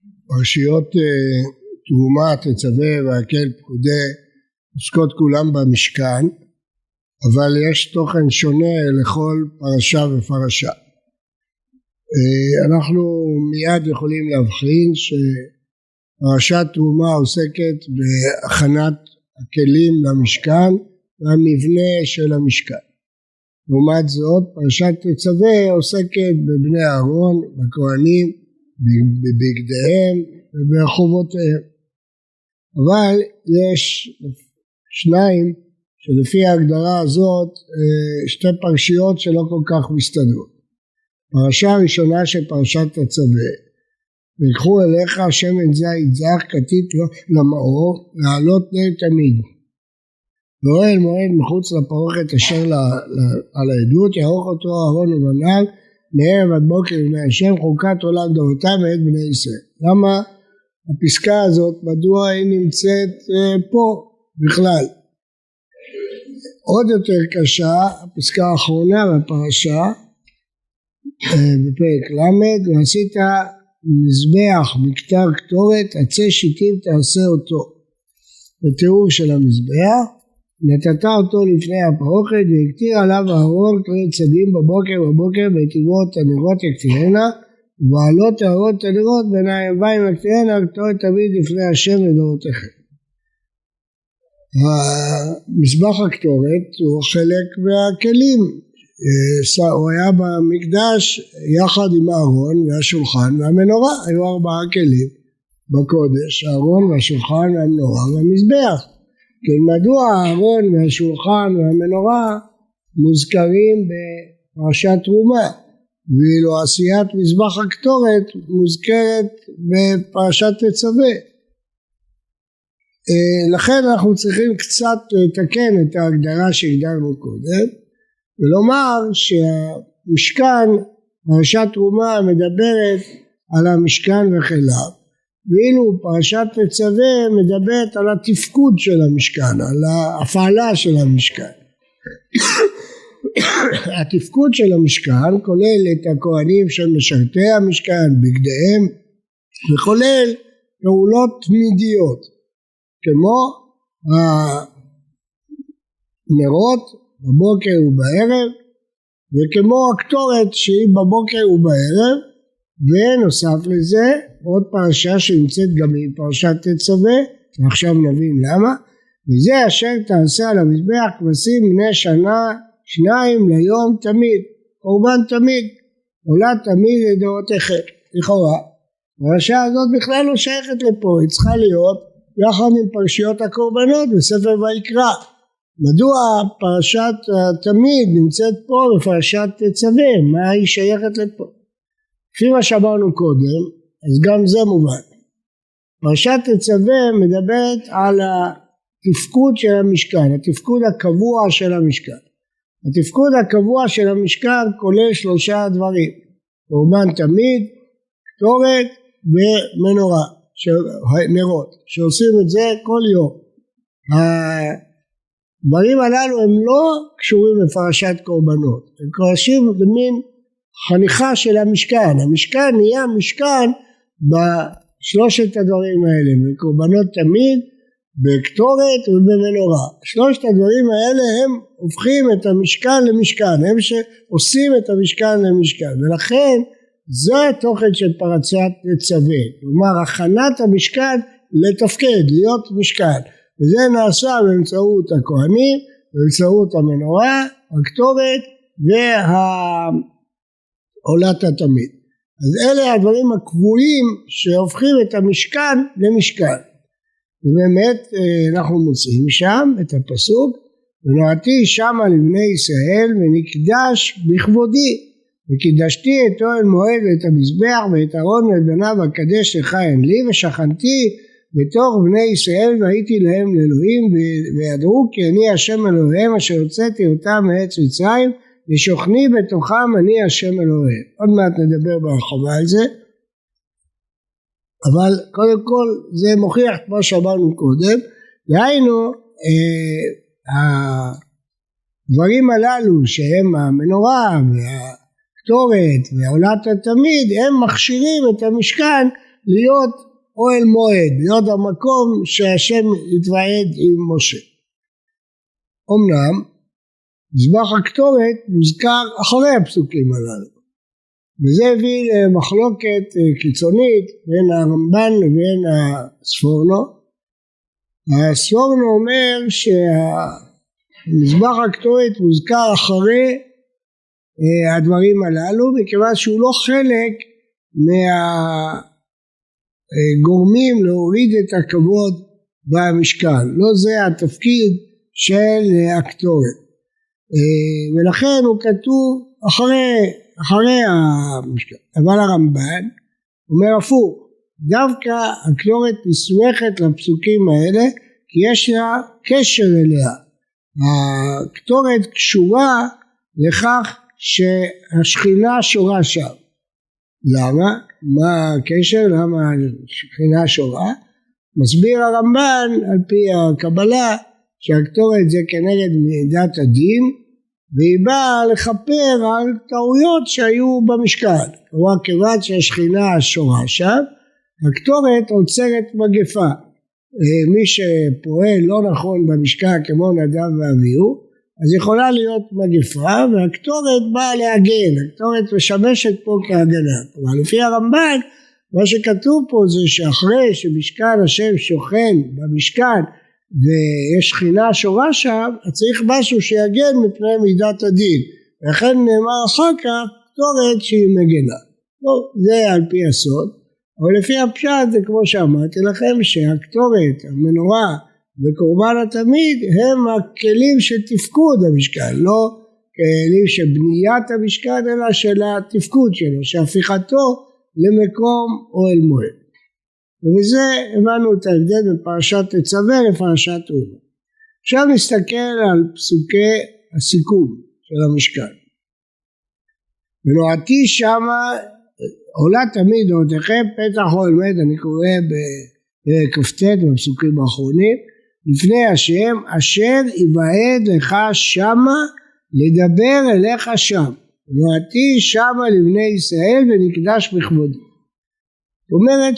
פרשיות תרומה, תצווה והקל פקודי עוסקות כולם במשכן, אבל יש תוכן שונה לכל פרשה ופרשה. אנחנו מיד יכולים להבחין שפרשת תרומה עוסקת בהכנת הכלים למשכן והמבנה של המשכן. לעומת זאת פרשת תצווה עוסקת בבני אהרון, בכהנים, בבגדיהם וברחובותיהם. אבל יש שניים שלפי ההגדרה הזאת שתי פרשיות שלא כל כך מסתדרות. פרשה הראשונה של פרשת תצווה, ויקחו אליך שמן זית זך כתית למאור לעלות נר תמיד, ואוהל מועד מחוץ לפרוכת אשר על העדות, יערוך אותו אהרון ובניו מערב עד בוקר לבני השם, חוקת עולם דורותיו מאת בני ישראל. למה הפסקה הזאת, מדוע היא נמצאת פה בכלל? עוד יותר קשה הפסקה האחרונה בפרשה בפרק למד, ועשית מזבח מקטר קטורת, עצי שיטים תעשה אותו. בתיאור של המזבח, נתת אותו לפני הפרוכת והקטיר עליו אהרון כלי צדים בבוקר בתיבות הנרות יקטירנה, ובעלות אהרון את הנרות בין הערביים יקטירנה קטורת תמיד לפני השם לדורותיכם. המזבח הקטורת הוא חלק מהכלים, הוא היה במקדש יחד עם הארון והשולחן והמנורה, היו 4 כלים בקודש, הארון והשולחן והמנורה והמזבח. כן, מדוע הארון והשולחן והמנורה מוזכרים בפרשת תרומה, ואילו עשיית מזבח הקטורת מוזכרת בפרשת תצווה. לכן אנחנו צריכים קצת לתקן את ההגדרה שהגדרנו קודם, ולומר שהמשכן, פרשת תרומה מדברת על המשכן וכליו, ואילו פרשת תצווה מדברת על התפקוד של המשכן, על ההפעלה של המשכן. התפקוד של המשכן כולל את הכהנים של משרתי המשכן, בגדיהם, וכולל פעולות תמידיות, כמו הנרות בבוקר ובערב, וכמו הקטורת שהיא בבוקר ובערב, ונוסף לזה עוד פרשה שנמצאת גם היא פרשת תצווה, ועכשיו נבין למה. וזה אשר תעשה על המזבח כבשים בני שנה 2 ליום תמיד, קורבן תמיד, עולה תמיד לדורותיכם. לכאורה הפרשה הזאת בכלל לא שייכת לפה, היא צריכה להיות יחד עם פרשיות הקורבנות בספר ויקרא. מדוע פרשת תמיד נמצאת פה בפרשת תצווה? מה היא שייכת לפה? לפי מה שאמרנו קודם, אז גם זה מובן. פרשת תצווה מדברת על התפקוד של המשכן, התפקוד הקבוע של המשכן. התפקוד הקבוע של המשכן כולל 3 דברים, קורבן תמיד, קטורת ומנורה, נרות, שעושים את זה כל יום. הדברים הללו הם לא קשורים לפרשת קורבנות, הם קורשים במין חניכה של המשכן. המשכן נהיה משכן בשלושת הדברים האלה, בקורבנות תמיד, בקטורת ובמנורה. 3 הדברים האלה הם הופכים את המשכן למשכן, הם שעושים את המשכן למשכן, ולכן זה התוכן של פרשת תצווה, כלומר הכנת המשכן לתפקד, להיות משכן, וזה נעשה באמצעות הכהנים, באמצעות המנורה, הקטורת ועולת התמיד. אז אלה הדברים הקבועים שהופכים את המשכן למשכן. ובאמת אנחנו מוצאים שם את הפסוק, ונועדתי שמה לבני ישראל ונקדש בכבודי, וקידשתי את אוהל מועד ואת המזבח ואת אהרון ואת בניו אקדש לך אין לי, ושכנתי בתוך בני ישראל והייתי להם לאלוהים, וידעו כי אני השם אלוהיהם אשר הוצאתי אותם מארץ מצרים, ושוכני בתוכם אני השם אלוהיהם. עוד מעט נדבר בהרחבה על זה, אבל קודם כל זה מוכיח כמו שאמרנו קודם, דהיינו הדברים הללו שהם המנורה והקטורת ועולת התמיד, הם מכשירים את המשכן להיות אוהל מועד, להיות המקום שהשם התוועד עם משה. אמנם מזבח הקטורת מוזכר אחרי הפסוקים הללו, וזה הביא למחלוקת קיצונית בין הרמב"ן לבין הספורנו. הספורנו אומר שהמזבח הקטורת מוזכר אחרי הדברים הללו, מכיוון שהוא לא חלק מהגורמים להוריד את הכבוד במשכן, לא זה התפקיד של הקטורת, ולכן הוא כתוב אחרי המשכן. אבל הרמב"ן אומר הפוך, דווקא הקטורת נסמכת לפסוקים האלה כי יש לה קשר אליה. הקטורת קשורה לכך שהשכינה שורה שם. למה? מה הקשר? למה השכינה שורה? מסביר הרמב"ן על פי הקבלה שהקטורת זה כנגד מידת הדין, והיא באה לכפר על טעויות שהיו במשכן. כלומר, כיוון שהשכינה שורה שם, הקטורת עוצרת מגפה. מי שפועל לא נכון במשכן כמו נדב ואביהו, אז יכולה להיות מגפה, והקטורת באה להגן. הקטורת משמשת פה כהגנה. אבל לפי הרמב"ן, מה שכתוב פה זה שאחרי שמשכן השם שוכן במשכן, ויש שכינה שורה שם, אז צריך משהו שיגן מפני מידת הדין. לכן נאמר אחר כך קטורת שהיא מגנה. לא, זה על פי הסוד. אבל לפי הפשט זה כמו שאמרתי לכם, שהקטורת, המנורה וקורבן התמיד הם הכלים של תפקוד המשכן, לא כלים של בניית המשכן, אלא של התפקוד שלו, שהפיכתו למקום אוהל מועד. ובזה הבנו את ההבדל בפרשת תצווה לפרשת תרומה. עכשיו נסתכל על פסוקי הסיכום של המשכן. ונועתי שמה עולה תמיד נועתכם פתח אוהל מועד, אני קורא בכ"ט בפסוקים האחרונים, לפני השם אשר יוועד לך שמה לדבר אליך שם. ונועתי שמה לבני ישראל ונקדש בכבודו. זאת אומרת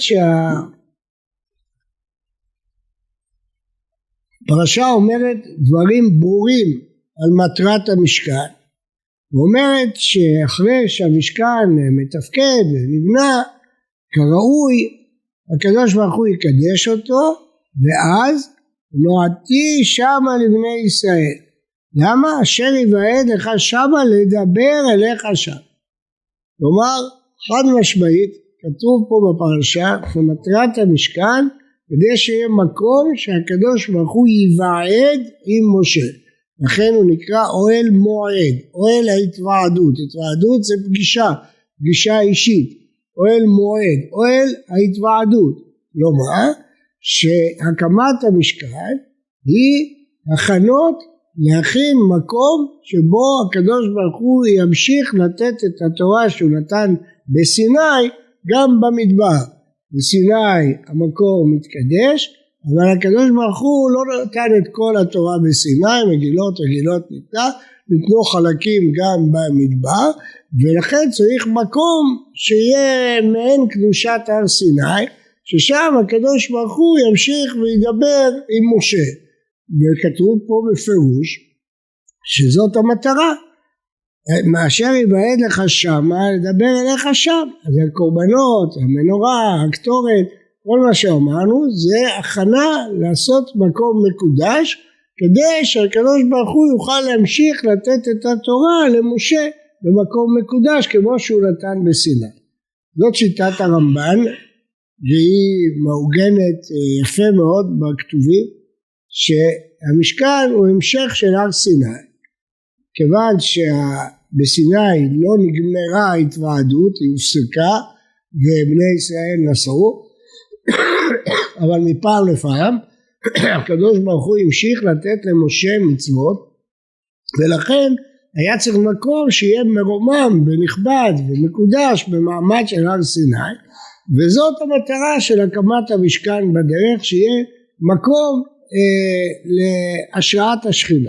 שהפרשה אומרת דברים ברורים על מטרת המשכן. ואומרת שאחרי שהמשכן מתפקד ונבנה כראוי, הקדוש ברוך הוא יקדש אותו, ואז נועתי שמה לבני ישראל. למה? אשר יוועד לך שמה לדבר אליך שם. כלומר, חד משמעית, כתוב פה בפרשה, שמטרת המשכן, כדי שיהיה מקום שהקדוש ברוך הוא יוועד עם משה. לכן הוא נקרא אוהל מועד, אוהל ההתוועדות. התוועדות זה פגישה אישית. אוהל מועד, אוהל ההתוועדות. כלומר, שהקמת המשכן היא הכנות להכין מקום שבו הקדוש ברוך הוא ימשיך לתת את התורה שהוא נתן בסיני גם במדבר. בסיני המקור מתקדש, אבל הקדוש ברוך הוא לא נתן את כל התורה בסיני, מגילות רגילות ניתנו חלקים גם במדבר, ולכן צריך מקום שיהיה מעין קדושת הר סיני, ששם הקדוש ברוך הוא ימשיך וידבר עם משה. וכתוב פה בפירוש שזאת המטרה, מאשר יוועד לך שמה לדבר אליך שם. אז הקורבנות, המנורה, הקטורת, כל מה שאמרנו זה הכנה לעשות מקום מקודש, כדי שהקדוש ברוך הוא יוכל להמשיך לתת את התורה למשה במקום מקודש כמו שהוא נתן בסיני. זאת שיטת הרמב"ן, והיא מעוגנת יפה מאוד בכתובים, שהמשכן הוא המשך של הר סיני. כיוון שבסיני לא נגמרה ההתוועדות, היא הופסקה ובני ישראל נסעו, אבל מפעם לפעם הקדוש ברוך הוא המשיך לתת למשה מצוות, ולכן היה צריך מקום שיהיה מרומם ונכבד ומקודש במעמד של הר סיני, וזאת המטרה של הקמת המשכן בדרך, שיהיה מקום להשראת השכינה.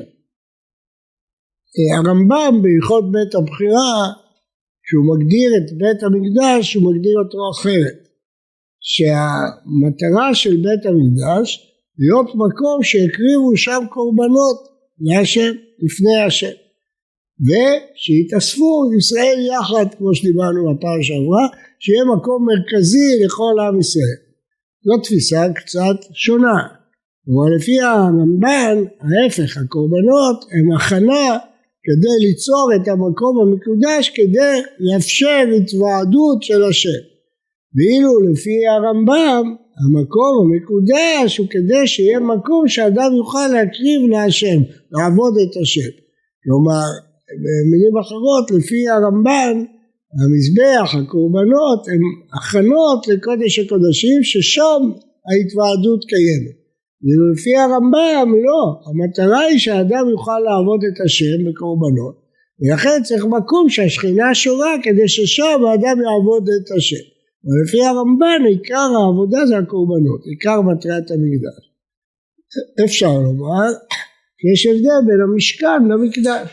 הרמב"ם בהלכות בית הבחירה, שהוא מגדיר את בית המקדש, הוא מגדיר אותו אחרת, שהמטרה של בית המקדש להיות מקום שהקריבו שם קורבנות להשם, לפני השם, ושיתאספו ישראל יחד, כמו שדיברנו בפעם שעברה, שיהיה מקום מרכזי לכל עם ישראל. זו תפיסה קצת שונה, אבל לפי הרמב"ן, ההפך, הקורבנות הם הכנה כדי ליצור את המקום המקודש, כדי לאפשר התוועדות של השם. ואילו לפי הרמב"ם, המקום המקודש הוא כדי שיהיה מקום שאדם יוכל להקריב להשם, לעבוד את השם. כלומר, במילים אחרות, לפי הרמב"ן, המזבח, הקורבנות, הם הכנות לקודש הקודשים, ששם ההתוועדות קיימת. ולפי הרמב"ם, לא. המטרה היא שהאדם יוכל לעבוד את השם בקורבנות, ולכן צריך מקום שהשכינה שורה, כדי ששם האדם יעבוד את השם. ולפי הרמב"ן, עיקר העבודה זה הקורבנות, עיקר מטרת המקדש. אפשר לומר, שיש הבדל בין המשכן למקדש.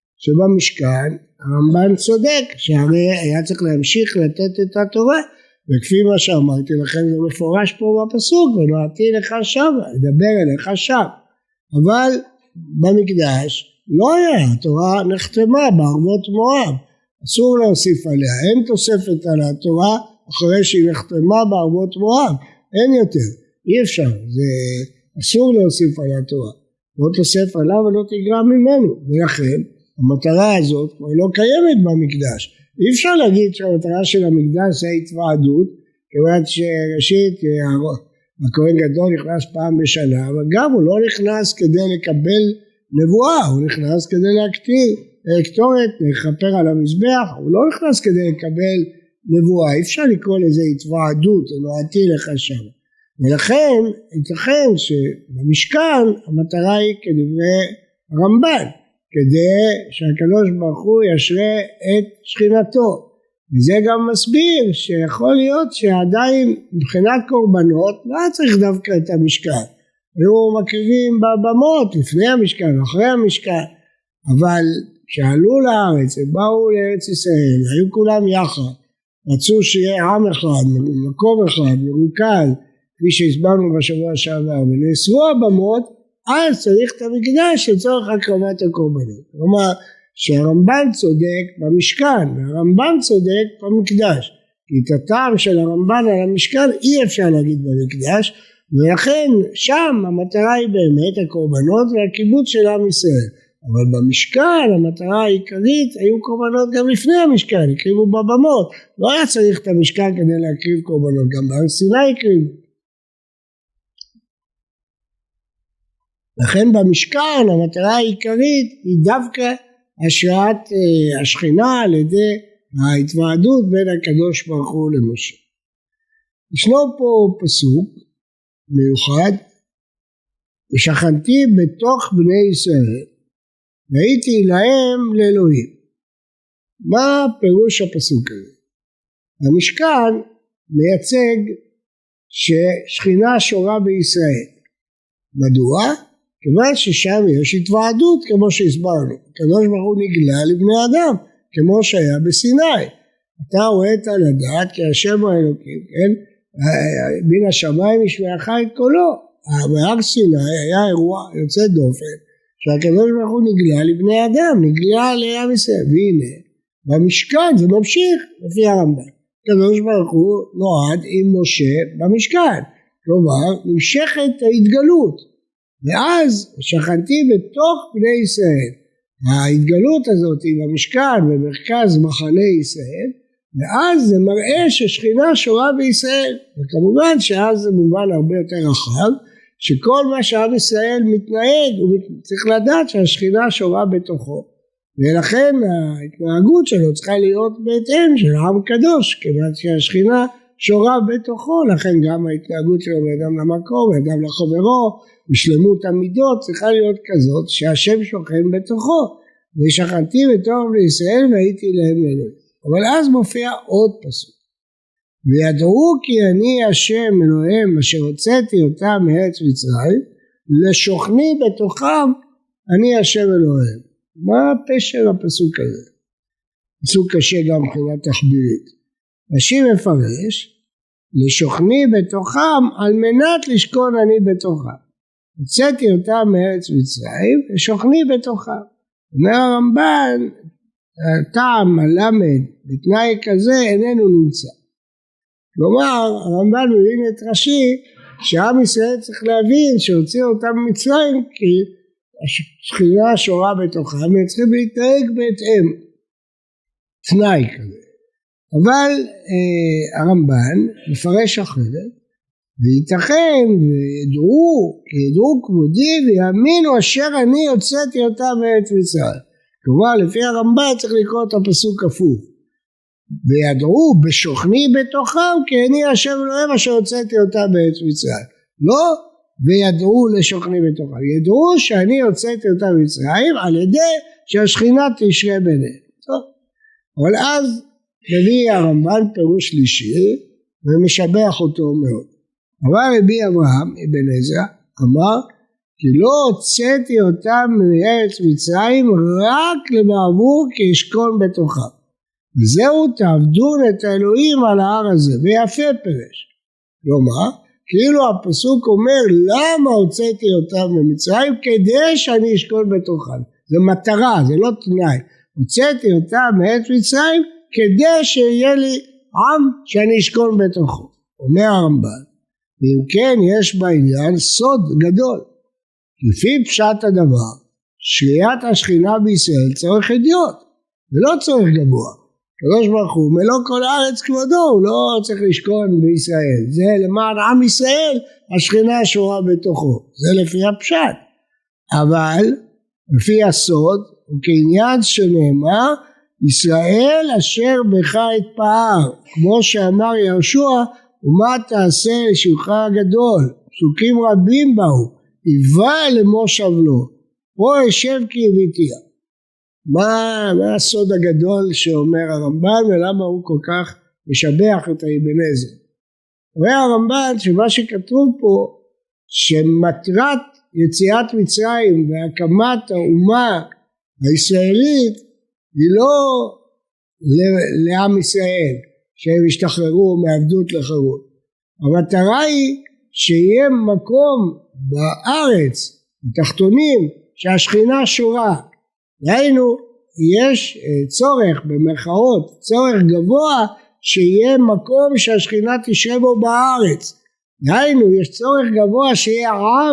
שבמשכן, הרמב"ן צודק, שהרי היה צריך להמשיך לתת את התורה, וכפי מה שאמרתי לכם, זה מפורש פה בפסוק, ונועדתי לך שם, לדבר אליך שם. אבל במקדש לא היה, התורה נחתמה בערבות מואב, אסור להוסיף עליה, אין תוספת על התורה, אחרי שהיא נחתמה בערבות מואב, אין יותר, אי אפשר, זה אסור להוסיף על התורה, לא תוסף עליו ולא תגרע ממנו, ולכן המטרה הזאת כבר לא קיימת במקדש. אי אפשר להגיד שהמטרה של המקדש זה התוועדות, כיוון שראשית הכהן גדול נכנס פעם בשנה, אבל גם הוא לא נכנס כדי לקבל נבואה, הוא נכנס כדי להקטיר קטורת, לכפר על המזבח, הוא לא נכנס כדי לקבל נבואה, אי אפשר לקרוא לזה התוועדות, נועדתי לך שם. ולכן ייתכן שבמשכן המטרה היא כדברי הרמב"ן, כדי שהקדוש ברוך הוא ישרה את שכינתו. וזה גם מסביר שיכול להיות שעדיין מבחינת קורבנות לא צריך דווקא את המשכן. היו מקריבים בבמות לפני המשכן, אחרי המשכן. אבל כשעלו לארץ, הם באו לארץ ישראל, היו כולם יחד. רצו שיהיה עם אחד, מקום אחד, מרוכז, כפי שהסברנו בשבוע שעבר, ונאסרו הבמות, אז צריך את המקדש לצורך הקרבת הקורבנות. כלומר, שהרמב"ן צודק במשכן, והרמב"ן צודק במקדש. כי את הטעם של הרמב"ן על המשכן אי אפשר להגיד במקדש, ולכן שם המטרה היא באמת הקורבנות והקיבוץ של עם ישראל. אבל במשכן המטרה העיקרית היו קורבנות גם לפני המשכן, הקריבו בבמות. לא היה צריך את המשכן כדי להקריב קורבנות, גם בהר סיני הקריבו. לכן במשכן המטרה העיקרית היא דווקא השראת השכינה על ידי ההתוועדות בין הקדוש ברוך הוא למשה. ישנו פה פסוק מיוחד, ושכנתי בתוך בני ישראל והייתי להם לאלוהים. מה פירוש הפסוק הזה? המשכן מייצג ששכינה שורה בישראל. מדוע? כיוון ששם יש התוועדות כמו שהסברנו. הקדוש ברוך הוא נגלה לבני אדם כמו שהיה בסיני. אתה רואה את לדעת כי השם האלוקים, כן? מן השמיים ישמעך את קולו. בהר סיני היה אירוע יוצא דופן שהקדוש ברוך הוא נגלה לבני אדם, נגלה לעם ישראל. והנה במשכן זה ממשיך לפי הרמב"ן. הקדוש ברוך הוא נועד עם משה במשכן, כלומר נמשכת ההתגלות. ואז שכנתי בתוך בני ישראל. ההתגלות הזאת היא במשכן במרכז מחנה ישראל, ואז זה מראה ששכינה שורה בישראל. וכמובן שאז זה מובן הרבה יותר רחב, שכל מה שעם ישראל מתנהג, הוא צריך לדעת שהשכינה שורה בתוכו. ולכן ההתנהגות שלו צריכה להיות בהתאם של עם קדוש, כיוון שהשכינה שורה בתוכו, לכן גם ההתנהגות שלו מאדם למקום, מאדם לחברו, בשלמות המידות צריכה להיות כזאת שהשם שוכן בתוכו. ושכנתי בתוך בני ישראל והייתי להם לאלוהים. אבל אז מופיע עוד פסוק. וידעו כי אני השם אלוהים אשר הוצאתי אותם מארץ מצרים, לשוכני בתוכם אני השם אלוהים. מה פשר הפסוק הזה? פסוק קשה גם מבחינה תחבירית. רש"י מפרש לשוכני בתוכם על מנת לשכון אני בתוכם. הוצאתי אותם מארץ מצרים ושוכני בתוכם. אומר הרמב"ן, הטעם הלמד בתנאי כזה איננו נמצא. כלומר הרמב"ן מבין את רש"י שעם ישראל צריך להבין שהוציאו אותם ממצרים כי השכינה שורה בתוכם והם צריכים להתנהג בהתאם. תנאי כזה. אבל הרמב"ן מפרש אחרת וייתכן וידעו כבודי ויאמינו אשר אני הוצאתי אותם מארץ מצרים. כלומר לפי הרמב"ן צריך לקרוא את הפסוק הפוך. וידעו בשוכני בתוכם כי אני השם אלוהים אשר הוצאתי אותם מארץ מצרים. לא וידעו לשוכני בתוכם. ידעו שאני הוצאתי אותם ממצרים על ידי שהשכינה תשרה ביניהם. טוב. אבל אז מביא הרמב"ן פירוש שלישי ומשבח אותו מאוד. אמר רבי אברהם אבן עזרא אמר כי לא הוצאתי אותם מארץ מצרים רק לבעבור כי ישכון בתוכם. וזהו תעבדון את האלוהים על ההר הזה. ויפה פרש. כלומר כאילו הפסוק אומר למה הוצאתי אותם ממצרים כדי שאני אשכון בתוכם. זה מטרה, זה לא תנאי. הוצאתי אותם מארץ מצרים כדי שיהיה לי עם שאני אשכון בתוכו. אומר הרמב"ן ואם כן יש בעניין סוד גדול. לפי פשט הדבר שריית השכינה בישראל צורך הדיוט ולא צורך גבוה. הקדוש ברוך הוא מלוא כל הארץ כבודו, הוא לא צריך לשכון בישראל. זה למען עם ישראל השכינה שורה בתוכו. זה לפי הפשט. אבל לפי הסוד וכעניין שנאמר ישראל אשר בך התפאר, כמו שאמר יהושע ומה תעשה לשמך הגדול. פסוקים רבים באו היווה למושב לו פה אשב כי הביתיה. מה הסוד הגדול שאומר הרמב"ן ולמה הוא כל כך משבח את האבן עזרא? אומר הרמב"ן שמה שכתוב פה שמטרת יציאת מצרים והקמת האומה הישראלית היא לא לעם ישראל שהם ישתחררו מעבדות לחירות. המטרה היא שיהיה מקום בארץ בתחתונים שהשכינה שורה. ראינו יש צורך במרכאות צורך גבוה שיהיה מקום שהשכינה תשרה בו בארץ. ראינו יש צורך גבוה שיהיה עם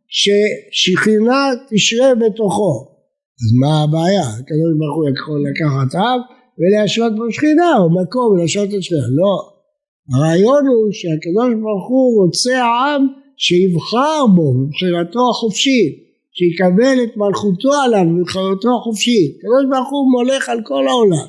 ששכינה תשרה בתוכו. אז מה הבעיה? הקדוש ברוך הוא יכול לקחת עם ולהשרות בו שכינה או מקום ולהשרות את שכינה. לא. הרעיון הוא שהקדוש ברוך הוא רוצה עם שיבחר בו בבחירתו החופשית. שיקבל את מלכותו עליו ובחירתו החופשית. הקדוש ברוך הוא מולך על כל העולם.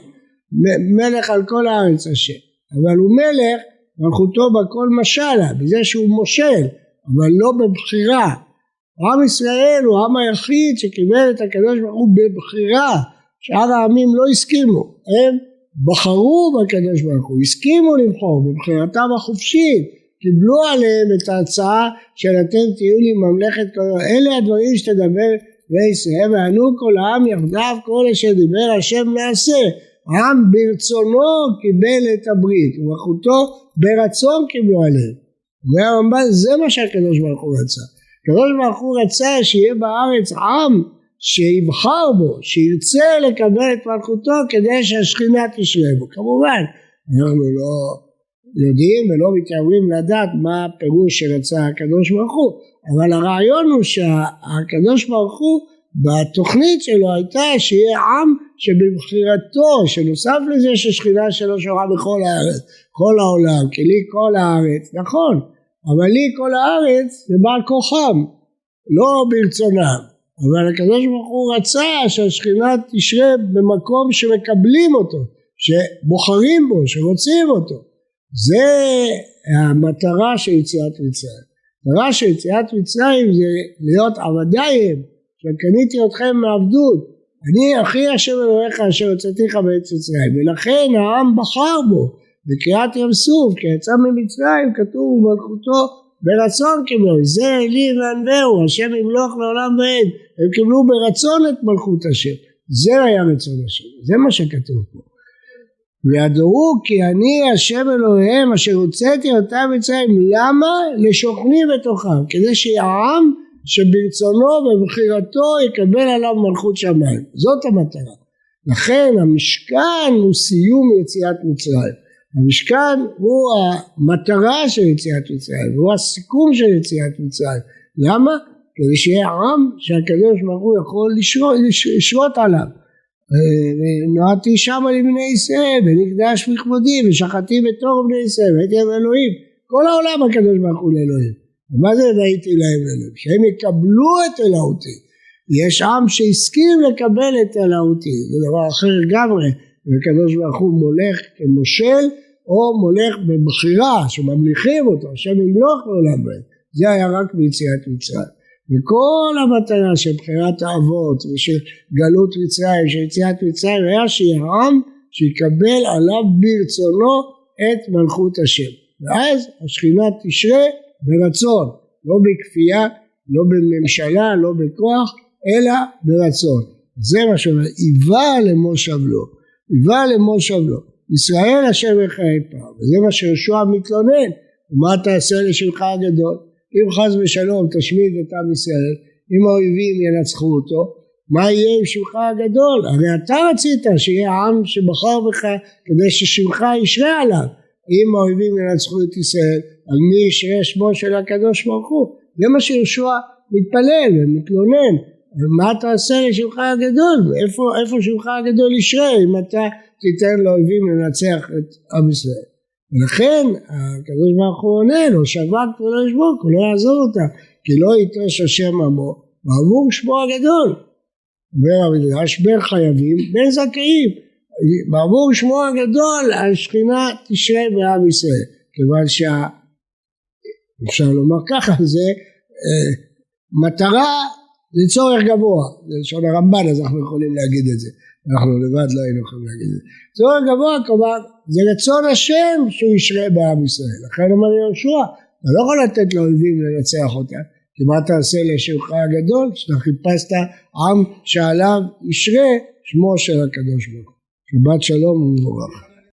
מלך על כל הארץ השם. אבל הוא מלך מלכותו בכל משלה. בזה שהוא מושל. אבל לא בבחירה. עם ישראל הוא העם היחיד שקיבל את הקדוש ברוך הוא בבחירה. שאר העמים לא הסכימו. הם בחרו בקדוש ברוך הוא. הסכימו לבחור בבחירתם החופשית. קיבלו עליהם את ההצעה של אתם תהיו לי ממלכת כל העם. אלה הדברים שתדבר וישראל וענו כל העם יחדיו כל אשר דיבר השם נעשה. העם ברצונו קיבל את הברית ומלכותו ברצון קיבלו עליהם. והרמב"ן זה מה שהקדוש ברוך הוא רצה. הקדוש ברוך הוא רצה שיהיה בארץ עם שיבחר בו, שירצה לקבל את מלכותו כדי שהשכינה תשרה בו. כמובן אנחנו לא יודעים ולא מתיימרים לדעת מה הפירוש שרצה הקדוש ברוך הוא, אבל הרעיון הוא שהקדוש ברוך הוא בתוכנית שלו הייתה שיהיה עם שבבחירתו, שנוסף לזה ששכינה שלו שורה בכל הארץ, כל העולם, כי לי כל הארץ, נכון, אבל לי כל הארץ זה בעל כוחם, לא ברצונם, אבל הקדוש ברוך הוא רצה שהשכינה תשרה במקום שמקבלים אותו, שבוחרים בו, שרוצים אותו. זה המטרה של יציאת מצרים. המטרה של יציאת מצרים זה להיות עבדיים, שקניתי אתכם מעבדות. אני אחי השם אלוהיך אשר הוצאתיך מארץ מצרים. ולכן העם בחר בו בקריאת ים סוף, כי יצא ממצרים כתוב מלכותו ברצון קיבלו. זה אלי וענווהו, השם ימלוך לעולם ועד. הם קיבלו ברצון את מלכות השם. זה היה רצון השם. זה מה שכתוב פה. וידעו כי אני השם אלוהיהם אשר הוצאתי אותם מצרים. למה? לשוכני בתוכם, כדי שהעם שברצונו ובחירתו יקבל עליו מלכות שמיים. זאת המטרה. לכן המשכן הוא סיום יציאת מצרים. המשכן הוא המטרה של יציאת מצרים, והוא הסיכום של יציאת מצרים. למה? כדי שיהיה עם שהקדוש ברוך הוא יכול לשרות עליו. נועדתי שם לבני ישראל ונקדש בכבודי ושחטתי בתור בני ישראל והייתי עם אלוהים. כל העולם הקדוש ברוך הוא לאלוהים. מה זה והייתי להם אלוהים? שהם יקבלו את אלוהותי. יש עם שהסכים לקבל את אלוהותי, זה דבר אחר לגמרי. והקדוש ברוך הוא מולך כמושל או מולך בבחירה שממליכים אותו, השם ימלוך לעולם בהם. זה היה רק ביציאת מצרים. וכל המטרה של בחירת האבות ושל גלות מצרים, של יציאת מצרים, היה שיהיה עם שיקבל עליו ברצונו את מלכות השם. ואז השכינה תשרה ברצון, לא בכפייה, לא בממשלה, לא בכוח, אלא ברצון. זה מה שאומר, איבה למושב לו, איבה למושב לו. ישראל השם יחיה פעם, וזה מה שיהושע מתלונן, ומה תעשה לשמך הגדול? אם חס ושלום תשמיד את עם ישראל, אם האויבים ינצחו אותו, מה יהיה עם שמך הגדול? הרי אתה רצית שיהיה עם שבחר בך כדי ששמך ישרה עליו. אם האויבים ינצחו את ישראל, על מי ישרה שמו של הקדוש ברוך הוא? זה מה שיהושע מתפלל ומתלונן. מה תעשה לשמך הגדול? איפה שמך הגדול ישרה אם אתה תיתן לאויבים לנצח את עם ישראל? ולכן הקדוש ברוך הוא עונה לו, שבק ולא ישבוק, הוא לא יעזור אותה, כי לא יטרש השם עמו, ועבור שמו הגדול. אומר המדרש, בין חייבים, בין זכאים, בעבור שמו הגדול, השכינה תשרה בעם ישראל, כיוון אפשר לומר ככה, זה מטרה לצורך גבוה, זה לשון הרמב"ן, אז אנחנו יכולים להגיד את זה, אנחנו לבד לא היינו יכולים להגיד את זה. צורך גבוה, כלומר, זה רצון השם שהוא ישרה בעם ישראל. לכן אומר יהושע, אתה לא יכול לתת לאויבים לנצח אותה, כי מה תעשה לשמך הגדול? שאתה חיפשת עם שעליו ישרה שמו של הקדוש ברוך הוא. שבת שלום ומבורך.